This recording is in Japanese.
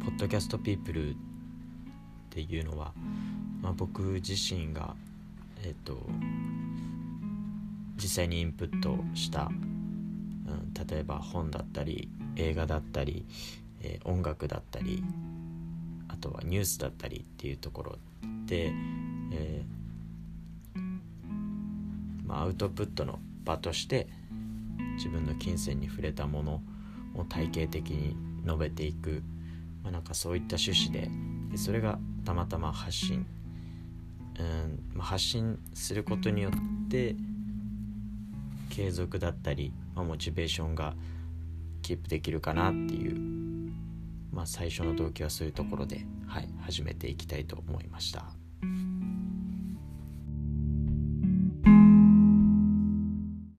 ポッドキャストピープルっていうのは、僕自身が実際にインプットした、例えば本だったり映画だったり、音楽だったり、あとはニュースだったりっていうところで、アウトプットの場として自分の金銭に触れたものを体系的に述べていく、そういった趣旨で、それがたまたま発信することによって継続だったり、モチベーションがキープできるかなっていう、最初の動機はそういうところで、始めていきたいと思いました。